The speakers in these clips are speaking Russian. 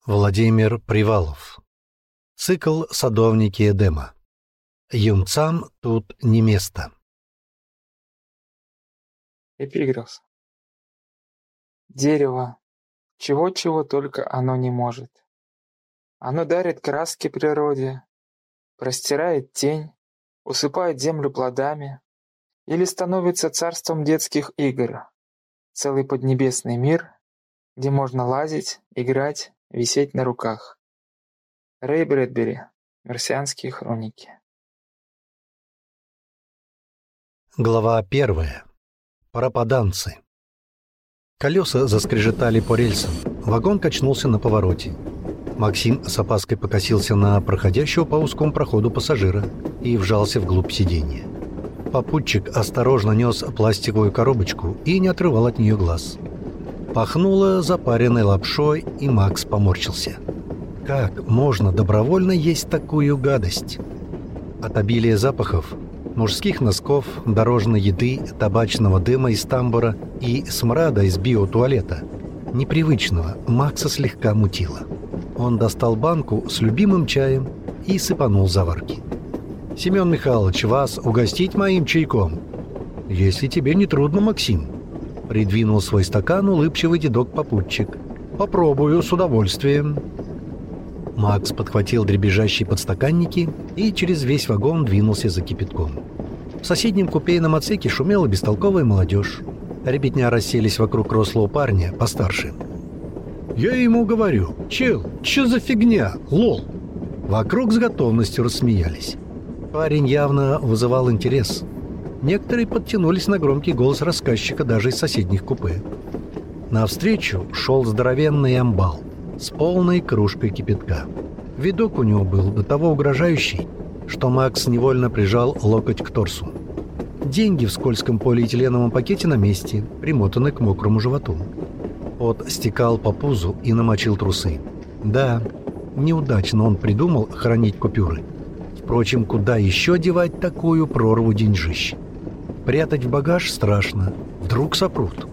Владимир Привалов. Цикл «Садовники Эдема». Юнцам тут не место. Эпиграф. Дерево, чего-чего только оно не может. Оно дарит краски природе, простирает тень, усыпает землю плодами или становится царством детских игр, целый поднебесный мир, где можно лазить, играть, висеть на руках. Рэй Брэдбери. Марсианские хроники. Глава 1. Пропаданцы. Колеса заскрежетали по рельсам. Вагон качнулся на повороте. Максим с опаской покосился на проходящего по узкому проходу пассажира и вжался вглубь сиденья. Попутчик осторожно нес пластиковую коробочку и не отрывал от нее глаз. Пахнуло запаренной лапшой, и Макс поморщился. Как можно добровольно есть такую гадость? От обилия запахов, мужских носков, дорожной еды, табачного дыма из тамбура и смрада из биотуалета, непривычного, Макса слегка мутило. Он достал банку с любимым чаем и сыпанул заварки. «Семен Михайлович, вас угостить моим чайком?» «Если тебе не трудно, Максим», — придвинул свой стакан улыбчивый дедок-попутчик. «Попробую с удовольствием». Макс подхватил дребезжащие подстаканники и через весь вагон двинулся за кипятком. В соседнем купейном отсеке шумела бестолковая молодежь. Ребятня расселись вокруг рослого парня, постарше. «Я ему говорю, чел, чё за фигня, лол?» Вокруг с готовностью рассмеялись. Парень явно вызывал интерес. Некоторые подтянулись на громкий голос рассказчика даже из соседних купе. Навстречу шел здоровенный амбал с полной кружкой кипятка. Видок у него был до того угрожающий, что Макс невольно прижал локоть к торсу. Деньги в скользком полиэтиленовом пакете на месте, примотаны к мокрому животу. Пот стекал по пузу и намочил трусы. Да, неудачно он придумал хранить купюры. Впрочем, куда еще девать такую прорву деньжищ? Прятать в багаж страшно, вдруг сопрут.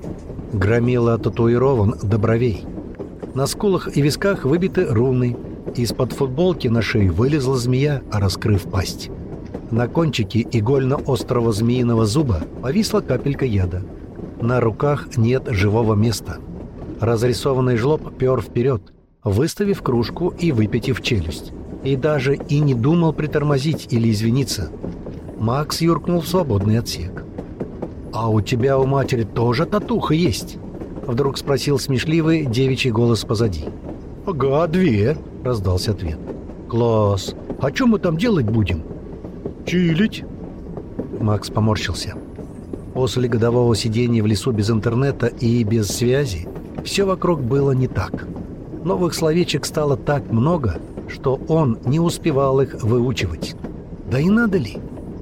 Громила татуирован до бровей. На скулах и висках выбиты руны. Из-под футболки на шее вылезла змея, раскрыв пасть. На кончике игольно-острого змеиного зуба повисла капелька яда. На руках нет живого места. Разрисованный жлоб пер вперед, выставив кружку и выпятив челюсть. И даже и не думал притормозить или извиниться. Макс юркнул в свободный отсек. «А у тебя у матери тоже татуха есть?» Вдруг спросил смешливый девичий голос позади. «Ага, 2», — раздался ответ. «Класс! А что мы там делать будем?» «Чилить». Макс поморщился. После годового сидения в лесу без интернета и без связи все вокруг было не так. Новых словечек стало так много, что он не успевал их выучивать. Да и надо ли?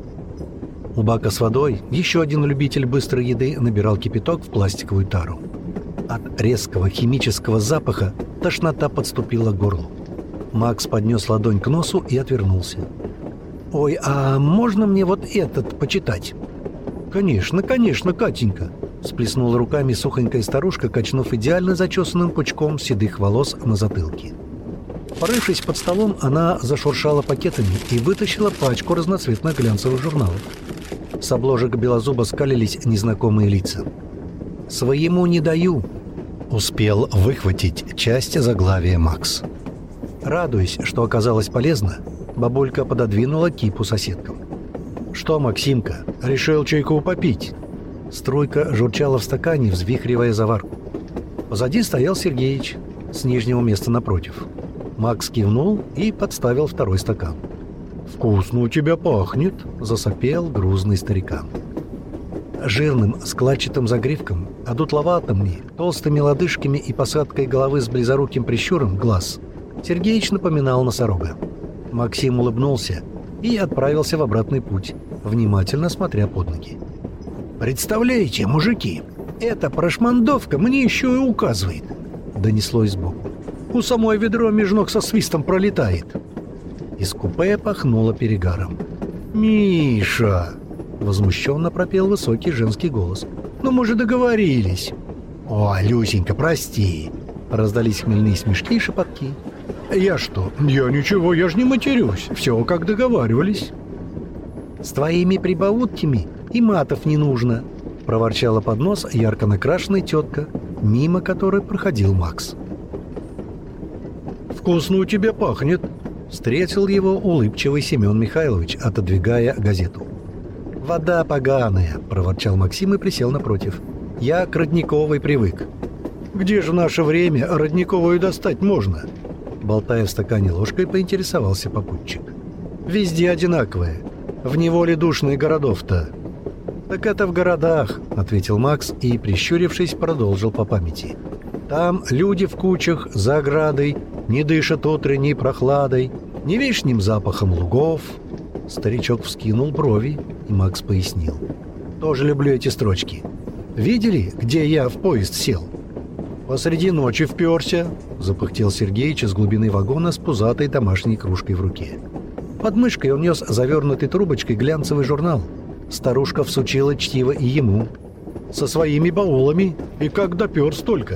У бака с водой еще один любитель быстрой еды набирал кипяток в пластиковую тару. От резкого химического запаха тошнота подступила к горлу. Макс поднес ладонь к носу и отвернулся. «Ой, а можно мне вот этот почитать?» «Конечно, конечно, Катенька!» — сплеснула руками сухонькая старушка, качнув идеально зачесанным пучком седых волос на затылке. Порывшись под столом, она зашуршала пакетами и вытащила пачку разноцветных глянцевых журналов. С обложек белозуба скалились незнакомые лица. «Своему не даю», — успел выхватить часть заглавия Макс. Радуясь, что оказалось полезно, бабулька пододвинула кипу соседкам. «Что, Максимка, решил чайку попить?» Струйка журчала в стакане, взвихривая заварку. Позади стоял Сергеич, с нижнего места напротив. Макс кивнул и подставил второй стакан. «Вкусно у тебя пахнет», — засопел грузный старикан. Жирным складчатым загривком, одутловатыми, толстыми лодыжками и посадкой головы с близоруким прищуром глаз Сергеич напоминал носорога. Максим улыбнулся и отправился в обратный путь, внимательно смотря под ноги. «Представляете, мужики, эта прошмандовка мне еще и указывает», — донеслось сбоку. «У самой ведро меж ног со свистом пролетает». Из купе пахнуло перегаром. «Миша!» — возмущенно пропел высокий женский голос. «Ну мы же договорились!» «О, Люсенька, прости!» Раздались хмельные смешки и шепотки. «Я что? Я ничего, я ж не матерюсь. Все, как договаривались». «С твоими прибаутками и матов не нужно», — проворчала под нос ярко накрашенная тетка, мимо которой проходил Макс. «Вкусно у тебя пахнет», — встретил его улыбчивый Семен Михайлович, отодвигая газету. «Вода поганая», — проворчал Максим и присел напротив. «Я к родниковой привык». «Где же в наше время родниковую достать можно?» Болтая в стакане ложкой, поинтересовался попутчик. «Везде одинаковые. В неволе душные городов-то». «Так это в городах», — ответил Макс и, прищурившись, продолжил по памяти. «Там люди в кучах, за оградой, не дышат утренней прохладой, не вешним запахом лугов». Старичок вскинул брови, и Макс пояснил. «Тоже люблю эти строчки. Видели, где я в поезд сел?» «Посреди ночи вперся», — запыхтел Сергеич из глубины вагона с пузатой домашней кружкой в руке. Под мышкой он нес завернутый трубочкой глянцевый журнал. Старушка всучила чтиво и ему. «Со своими баулами. И как допер столько?»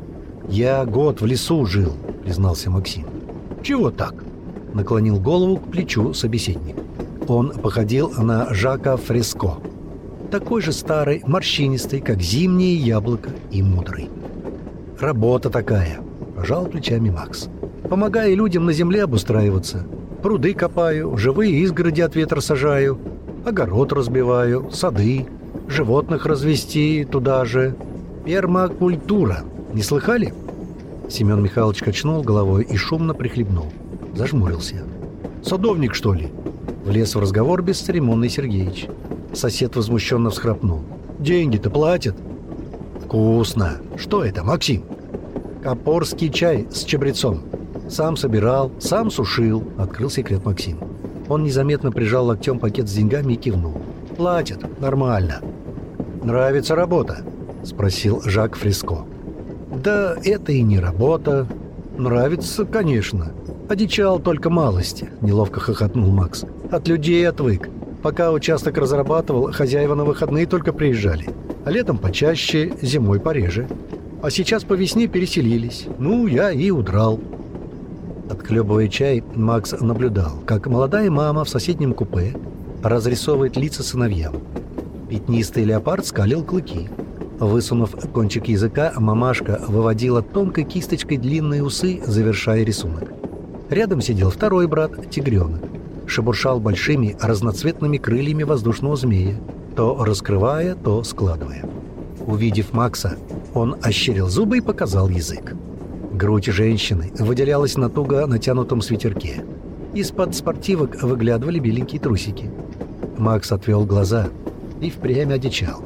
«Я год в лесу жил», — признался Максим. «Чего так?» — наклонил голову к плечу собеседник. Он походил на Жака Фреско. Такой же старый, морщинистый, как зимнее яблоко, и мудрый. «Работа такая», — пожал плечами Макс. «Помогаю людям на земле обустраиваться. Пруды копаю, живые изгороди от ветра сажаю, огород разбиваю, сады, животных развести туда же. Пермакультура. Не слыхали?» Семен Михайлович качнул головой и шумно прихлебнул. Зажмурился. «Садовник, что ли?» Влез в разговор бесцеремонный Сергеич. Сосед возмущенно всхрапнул. «Деньги-то платят?» «Вкусно! Что это, Максим?» «Копорский чай с чабрецом. Сам собирал, сам сушил», — открыл секрет Максим. Он незаметно прижал локтем пакет с деньгами и кивнул. «Платят. Нормально». «Нравится работа?» — спросил Жак Фреско. «Да это и не работа. Нравится, конечно. Одичал только малости», — неловко хохотнул Макс. «От людей отвык. Пока участок разрабатывал, хозяева на выходные только приезжали. А летом почаще, зимой пореже. А сейчас по весне переселились. Ну, я и удрал». Отхлебывая чай, Макс наблюдал, как молодая мама в соседнем купе разрисовывает лица сыновьям. Пятнистый леопард скалил клыки. Высунув кончик языка, мамашка выводила тонкой кисточкой длинные усы, завершая рисунок. Рядом сидел второй брат, тигренок. Шебуршал большими разноцветными крыльями воздушного змея, то раскрывая, то складывая. Увидев Макса, он ощерил зубы и показал язык. Грудь женщины выделялась на туго натянутом свитерке. Из-под спортивок выглядывали беленькие трусики. Макс отвел глаза и впрямь одичал.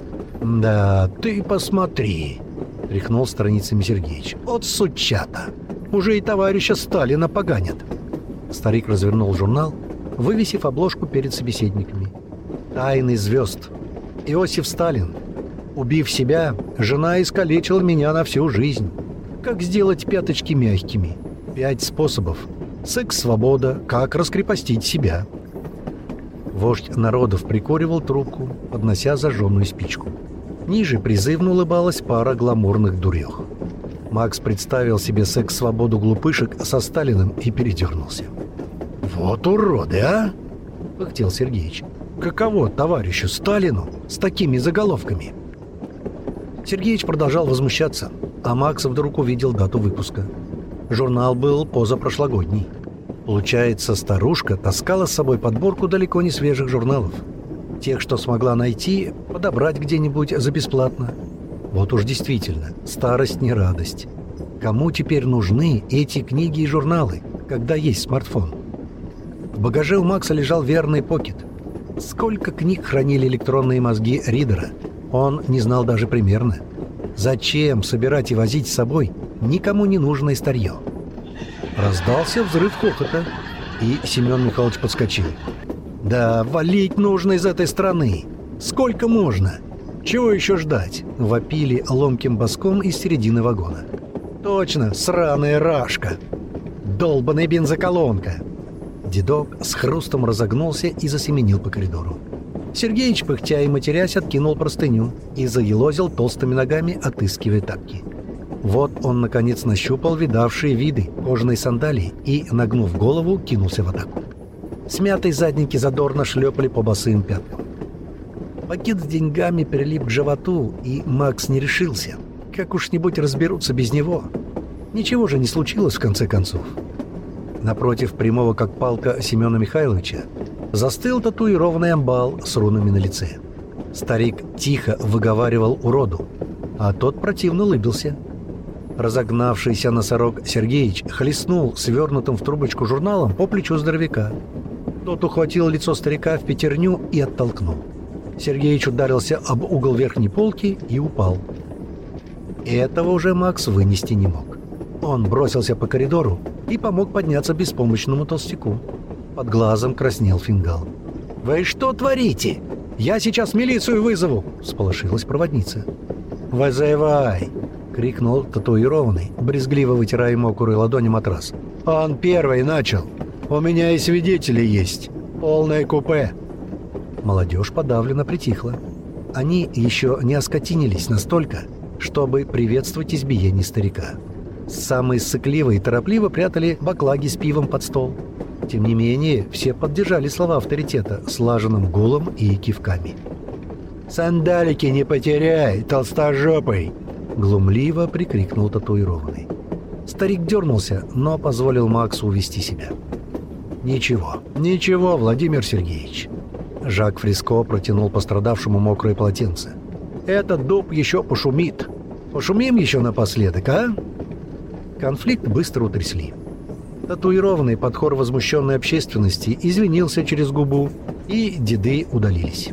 «Да, ты посмотри», — тряхнул страницами Сергеич. «От сучата! Уже и товарища Сталина поганят». Старик развернул журнал, вывесив обложку перед собеседниками. «Тайны звезд. Иосиф Сталин. Убив себя, жена искалечила меня на всю жизнь. Как сделать пяточки мягкими? 5 способов. Секс-свобода. Как раскрепостить себя». Вождь народов прикуривал трубку, поднося зажженную спичку. Ниже призывно улыбалась пара гламурных дурех. Макс представил себе секс-свободу глупышек со Сталиным и передернулся. «Вот уроды, а!» — пыхтел Сергеич. «Каково товарищу Сталину с такими заголовками?» Сергеич продолжал возмущаться, а Макс вдруг увидел дату выпуска. Журнал был позапрошлогодний. Получается, старушка таскала с собой подборку далеко не свежих журналов. Тех, что смогла найти, подобрать где-нибудь за бесплатно. Вот уж действительно, старость не радость. Кому теперь нужны эти книги и журналы, когда есть смартфон? В багаже у Макса лежал верный покет. Сколько книг хранили электронные мозги Ридера, он не знал даже примерно. Зачем собирать и возить с собой никому не нужное старье? Раздался взрыв хохота, и Семен Михайлович подскочил. «Да, валить нужно из этой страны! Сколько можно? Чего еще ждать?» — вопили ломким боском из середины вагона. «Точно, сраная рашка! Долбаная бензоколонка!» Дедок с хрустом разогнулся и засеменил по коридору. Сергеич, пыхтя и матерясь, откинул простыню и заелозил толстыми ногами, отыскивая тапки. Вот он, наконец, нащупал видавшие виды кожаной сандалии и, нагнув голову, кинулся в атаку. Смятые задники задорно шлепали по босым пяткам. Пакет с деньгами прилип к животу, и Макс не решился. Как уж-нибудь разберутся без него. Ничего же не случилось в конце концов. Напротив прямого как палка Семена Михайловича застыл татуированный амбал с рунами на лице. Старик тихо выговаривал уроду, а тот противно улыбился. Разогнавшийся носорог Сергеич хлестнул свернутым в трубочку журналом по плечу здоровяка. Тот ухватил лицо старика в пятерню и оттолкнул. Сергеич ударился об угол верхней полки и упал. Этого уже Макс вынести не мог. Он бросился по коридору и помог подняться беспомощному толстяку. Под глазом краснел фингал. «Вы что творите? Я сейчас милицию вызову!» — всполошилась проводница. «Вызывай!» — крикнул татуированный, брезгливо вытирая мокрой ладони матрас. «Он первый начал! У меня и свидетели есть! Полное купе!» Молодежь подавленно притихла. Они еще не оскотинились настолько, чтобы приветствовать избиение старика. Самые ссыкливые торопливо прятали баклаги с пивом под стол. Тем не менее, все поддержали слова авторитета слаженным гулом и кивками. «Сандалики не потеряй, толстожопый!» — глумливо прикрикнул татуированный. Старик дернулся, но позволил Максу увести себя. «Ничего, ничего, Владимир Сергеевич». Жак Фриско протянул пострадавшему мокрое полотенце. «Этот дуб еще пошумит. Пошумим еще напоследок, а?» Конфликт быстро утрясли. Татуированный под хор возмущенной общественности извинился через губу, и деды удалились.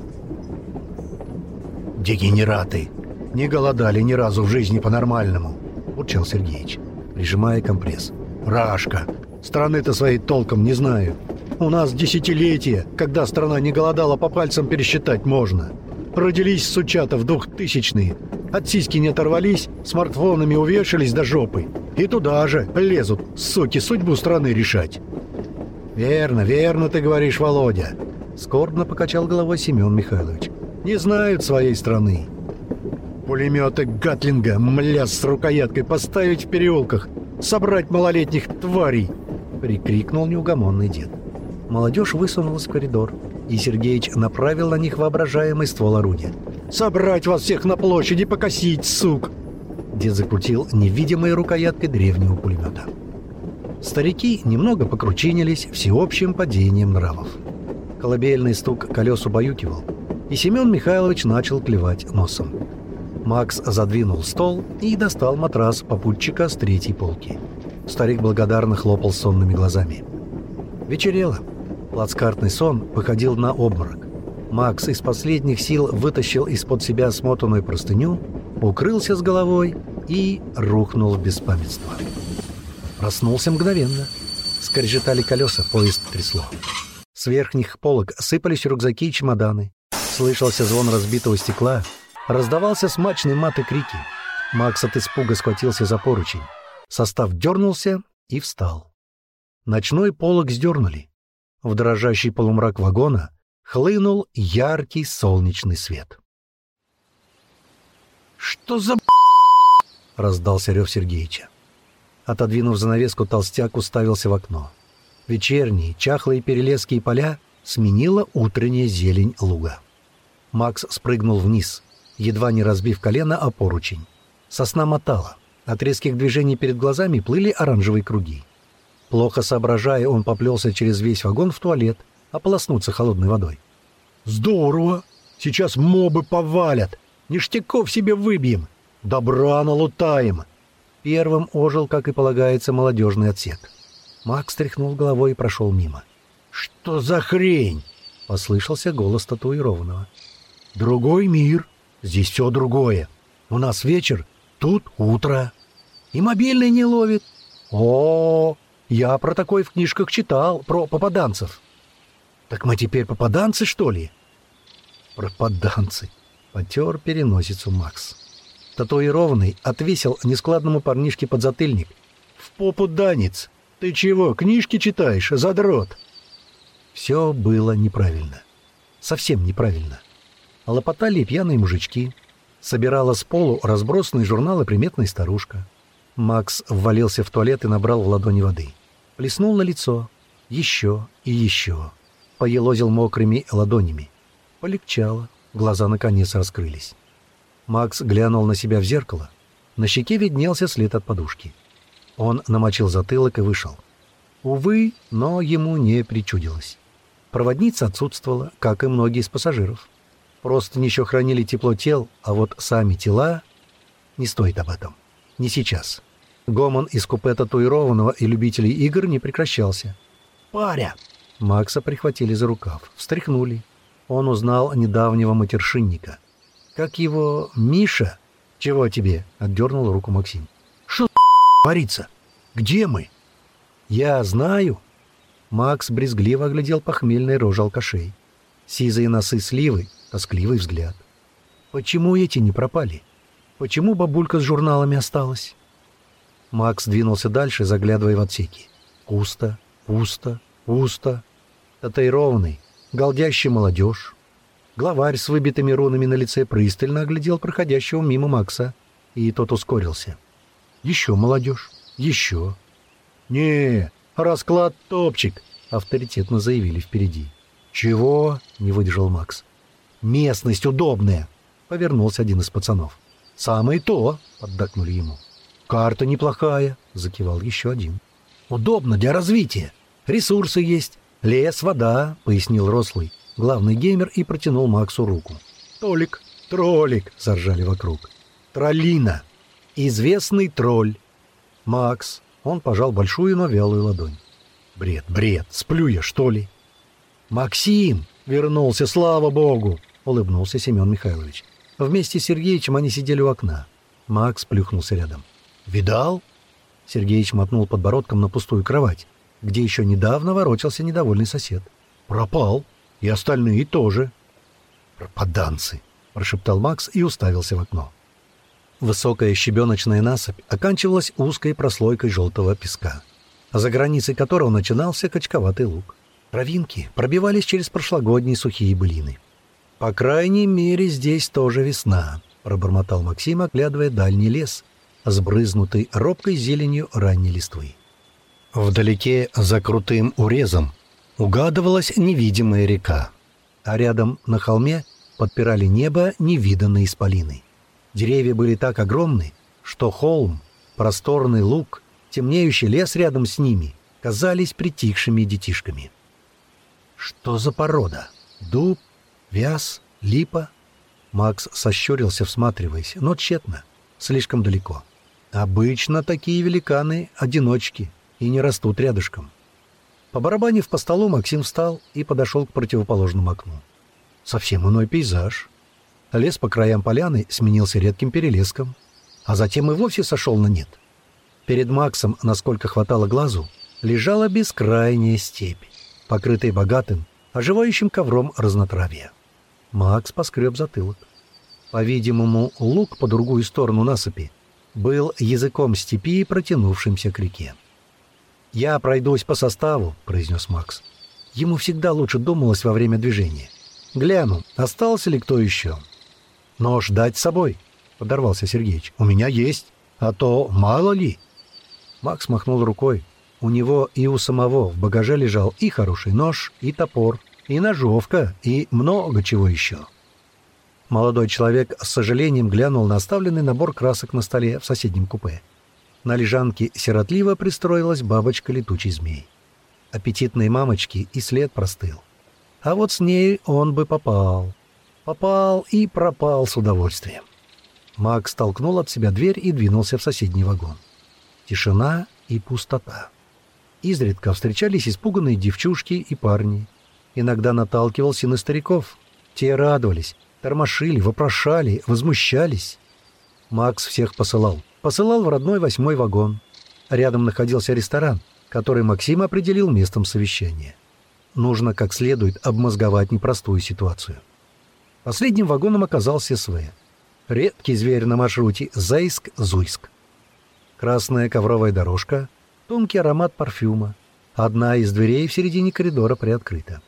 «Дегенераты! Не голодали ни разу в жизни по-нормальному!» — урчал Сергеич, прижимая компресс. «Рашка! Страны-то своей толком не знаю. У нас десятилетия, когда страна не голодала, по пальцам пересчитать можно. Родились сучата в 2000-е, от сиськи не оторвались, смартфонами увешались до жопы. И туда же лезут, суки, судьбу страны решать». «Верно, верно ты говоришь, Володя», — скорбно покачал головой Семен Михайлович. «Не знают своей страны. Пулеметы Гатлинга, мля, с рукояткой поставить в переулках, собрать малолетних тварей», — прикрикнул неугомонный дед. Молодежь высунулась в коридор, и Сергеич направил на них воображаемый ствол орудия. «Собрать вас всех на площади, покосить, сук!» Дед закрутил невидимой рукояткой древнего пулемета. Старики немного покручинились всеобщим падением нравов. Колыбельный стук колес убаюкивал, и Семен Михайлович начал клевать носом. Макс задвинул стол и достал матрас попутчика с третьей полки. Старик благодарно хлопал сонными глазами. Вечерело. Плацкартный сон походил на обморок. Макс из последних сил вытащил из-под себя смотанную простыню, укрылся с головой и рухнул в беспамятство. Проснулся мгновенно. Скрежетали колеса, поезд трясло. С верхних полок сыпались рюкзаки и чемоданы. Слышался звон разбитого стекла, раздавался смачный мат и крики. Макс от испуга схватился за поручень. Состав дернулся и встал. Ночной полог сдернули. В дрожащий полумрак вагона хлынул яркий солнечный свет. «Что за — раздался рев Сергеича. Отодвинув занавеску, толстяк уставился в окно. Вечерние, чахлые перелески и поля сменила утренняя зелень луга. Макс спрыгнул вниз, едва не разбив колено о поручень. Сосна мотала. От резких движений перед глазами плыли оранжевые круги. Плохо соображая, он поплелся через весь вагон в туалет, ополоснуться холодной водой. «Здорово! Сейчас мобы повалят! Ништяков себе выбьем! Добра налутаем!» Первым ожил, как и полагается, молодежный отсек. Макс тряхнул головой и прошел мимо. «Что за хрень?» — послышался голос татуированного. «Другой мир. Здесь все другое. У нас вечер, тут утро. И мобильный не ловит. О, я про такое в книжках читал, про попаданцев». «Так мы теперь попаданцы, что ли?» «Пропаданцы», — потер переносицу Макс. Татуированный отвесил нескладному парнишке подзатыльник. «В попу данец! Ты чего, книжки читаешь, задрот?» Все было неправильно. Совсем неправильно. Лопотали пьяные мужички. Собирала с полу разбросанные журналы приметная старушка. Макс ввалился в туалет и набрал в ладони воды. Плеснул на лицо. Еще и еще. Поелозил мокрыми ладонями. Полегчало. Глаза наконец раскрылись. Макс глянул на себя в зеркало. На щеке виднелся след от подушки. Он намочил затылок и вышел. Увы, но ему не причудилось. Проводница отсутствовала, как и многие из пассажиров. Просто еще хранили тепло тел, а вот сами тела... Не стоит об этом. Не сейчас. Гомон из купе татуированного и любителей игр не прекращался. «Паря!» Макса прихватили за рукав, встряхнули. Он узнал недавнего матершинника. «Как его... Миша?» «Чего тебе?» — отдернул руку Максим. «Что творится? Где мы?» «Я знаю». Макс брезгливо оглядел похмельные рожи алкашей. Сизые носы сливы, тоскливый взгляд. «Почему эти не пропали? Почему бабулька с журналами осталась?» Макс двинулся дальше, заглядывая в отсеки. Пусто, пусто, пусто. Татуированный, галдящий молодежь. Главарь с выбитыми рунами на лице пристально оглядел проходящего мимо Макса, и тот ускорился. Еще молодежь, еще. «Не, расклад топчик», — авторитетно заявили впереди. «Чего?» — не выдержал Макс. «Местность удобная», — повернулся один из пацанов. «Самое то», — поддакнули ему. «Карта неплохая», — закивал еще один. «Удобно для развития. Ресурсы есть. Лес, вода», — пояснил рослый, главный геймер, и протянул Максу руку. «Толик, троллик», — заржали вокруг. «Троллина. Известный тролль». «Макс», — он пожал большую, но вялую ладонь. «Бред, бред, сплю я, что ли?» «Максим! Вернулся, слава богу!» — улыбнулся Семен Михайлович. Вместе с Сергеичем они сидели у окна. Макс плюхнулся рядом. «Видал?» Сергеич мотнул подбородком на пустую кровать, где еще недавно ворочался недовольный сосед. «Пропал. И остальные тоже». «Пропаданцы!» — прошептал Макс и уставился в окно. Высокая щебеночная насыпь оканчивалась узкой прослойкой желтого песка, за границей которого начинался качковатый луг. Травинки пробивались через прошлогодние сухие былины. «По крайней мере, здесь тоже весна», — пробормотал Максим, оглядывая дальний лес, сбрызнутый робкой зеленью ранней листвы. Вдалеке, за крутым урезом, угадывалась невидимая река, а рядом на холме подпирали небо невиданные исполины. Деревья были так огромны, что холм, просторный луг, темнеющий лес рядом с ними казались притихшими детишками. «Что за порода? Дуб? Вяз? Липа?» Макс сощурился, всматриваясь, но тщетно, слишком далеко. Обычно такие великаны — одиночки и не растут рядышком. Побарабанив по столу, Максим встал и подошел к противоположному окну. Совсем иной пейзаж. Лес по краям поляны сменился редким перелеском, а затем и вовсе сошел на нет. Перед Максом, насколько хватало глазу, лежала бескрайняя степь, покрытая богатым, оживающим ковром разнотравья. Макс поскреб затылок. По-видимому, луг по другую сторону насыпи был языком степи, протянувшимся к реке. «Я пройдусь по составу», — произнес Макс. Ему всегда лучше думалось во время движения. «Гляну, остался ли кто еще?» «Нож дать с собой», — подорвался Сергеич. «У меня есть, а то мало ли». Макс махнул рукой. У него и у самого в багаже лежал и хороший нож, и топор, и ножовка, и много чего еще. Молодой человек с сожалением глянул на оставленный набор красок на столе в соседнем купе. На лежанке сиротливо пристроилась бабочка-летучий змей. Аппетитной мамочки и след простыл. А вот с ней он бы попал. Попал и пропал с удовольствием. Макс толкнул от себя дверь и двинулся в соседний вагон. Тишина и пустота. Изредка встречались испуганные девчушки и парни. Иногда наталкивался на стариков. Те радовались, тормошили, вопрошали, возмущались. Макс всех посылал. Посылал в родной 8-й вагон. Рядом находился ресторан, который Максим определил местом совещания. Нужно как следует обмозговать непростую ситуацию. Последним вагоном оказался СВ. Редкий зверь на маршруте Зейск-Зуйск. Красная ковровая дорожка, тонкий аромат парфюма. Одна из дверей в середине коридора приоткрыта.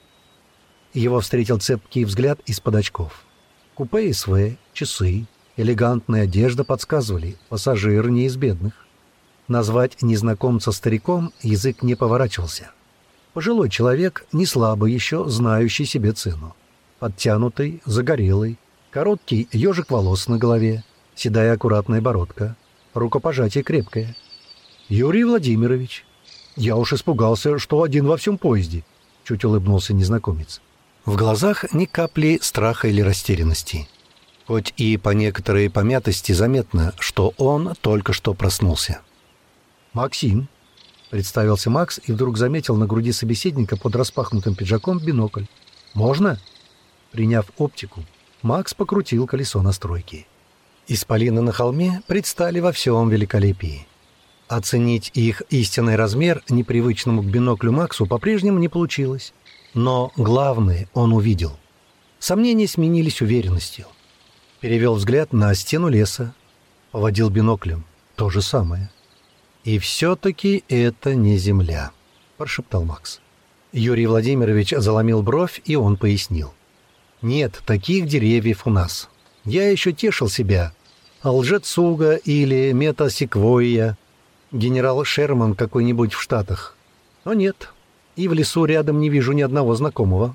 Его встретил цепкий взгляд из-под очков. Купе СВ, часы, элегантная одежда подсказывали, пассажир не из бедных. Назвать незнакомца стариком язык не поворачивался. Пожилой человек, не слабый еще, знающий себе цену. Подтянутый, загорелый, короткий ежик волос на голове, седая аккуратная бородка, рукопожатие крепкое. «Юрий Владимирович, я уж испугался, что один во всем поезде», — чуть улыбнулся незнакомец. В глазах ни капли страха или растерянности. Хоть и по некоторой помятости заметно, что он только что проснулся. «Максим», — представился Макс и вдруг заметил на груди собеседника под распахнутым пиджаком бинокль. «Можно?» Приняв оптику, Макс покрутил колесо настройки. Исполины на холме предстали во всем великолепии. Оценить их истинный размер непривычному к биноклю Максу по-прежнему не получилось. Но главное он увидел. Сомнения сменились уверенностью. Перевел взгляд на стену леса. Поводил биноклем. То же самое. «И все-таки это не земля», — прошептал Макс. Юрий Владимирович заломил бровь, и он пояснил. «Нет таких деревьев у нас. Я еще тешил себя. Лжецуга или метасеквойя, генерал Шерман какой-нибудь в Штатах. Но нет, и в лесу рядом не вижу ни одного знакомого».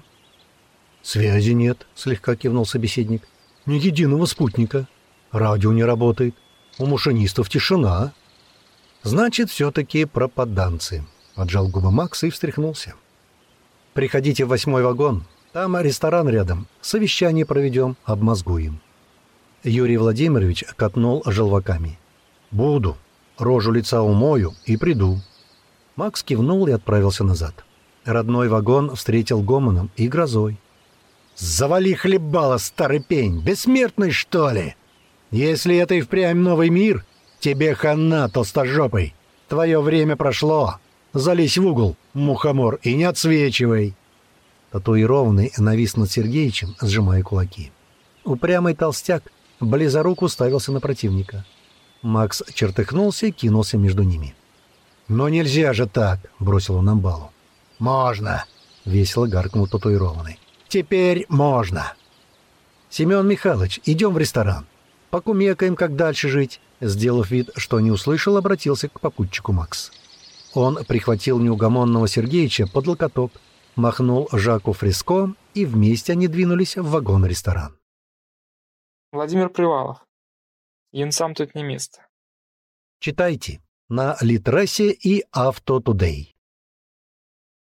«Связи нет», — слегка кивнул собеседник. «Ни единого спутника. Радио не работает. У машинистов тишина». «Значит, все-таки пропаданцы», — поджал губы Макс и встряхнулся. «Приходите в 8-й вагон. Там ресторан рядом. Совещание проведем, обмозгуем». Юрий Владимирович катнул желваками. «Буду. Рожу лица умою и приду». Макс кивнул и отправился назад. Родной вагон встретил гомоном и грозой. «Завали хлебало, старый пень! Бессмертный, что ли? Если это и впрямь новый мир, тебе хана, толстожопый! Твое время прошло! Залезь в угол, мухомор, и не отсвечивай!» Татуированный навис над Сергеичем, сжимая кулаки. Упрямый толстяк близоруко уставился на противника. Макс чертыхнулся и кинулся между ними. «Но нельзя же так!» — бросил он амбалу. «Можно!» — весело гаркнул татуированный. «Теперь можно!» «Семен Михайлович, идем в ресторан. Покумекаем, как дальше жить», — сделав вид, что не услышал, обратился к попутчику Макс. Он прихватил неугомонного Сергеича под локоток, махнул Жаку Фреско, и вместе они двинулись в вагон-ресторан. Владимир Привалов. Юнцам тут не место. Читайте на Литресе и Авто Тудей.